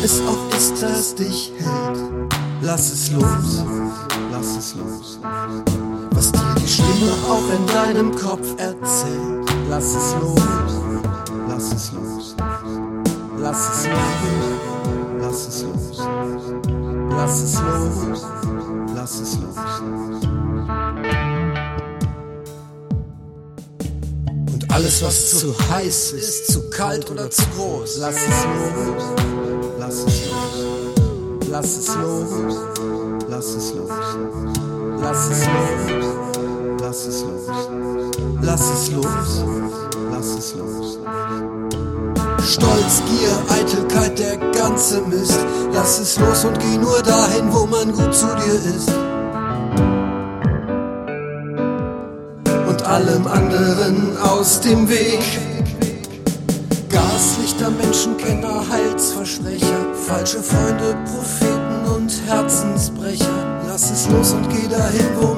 es auch ist, das dich hält. Lass es los, lass es los. Was dir die Stimme auch in deinem Kopf erzählt. Lass es los, lass es los. Lass es los, lass es los. Lass es los, lass es los. Und alles, was zu heiß ist, zu kalt oder zu groß, lass es los, lass es los. Lass es los, lass es los. Lass es los, lass es los. Lass es los, lass es los. Stolz, Gier, Eitelkeit, der ganze Mist. Lass es los und geh nur dahin, wo man gut zu dir ist. Und allem anderen aus dem Weg. Gaslichter, Menschenkenner, Heilsversprecher, falsche Freunde, Propheten und Herzensbrecher. Lass es los und geh dahin, wo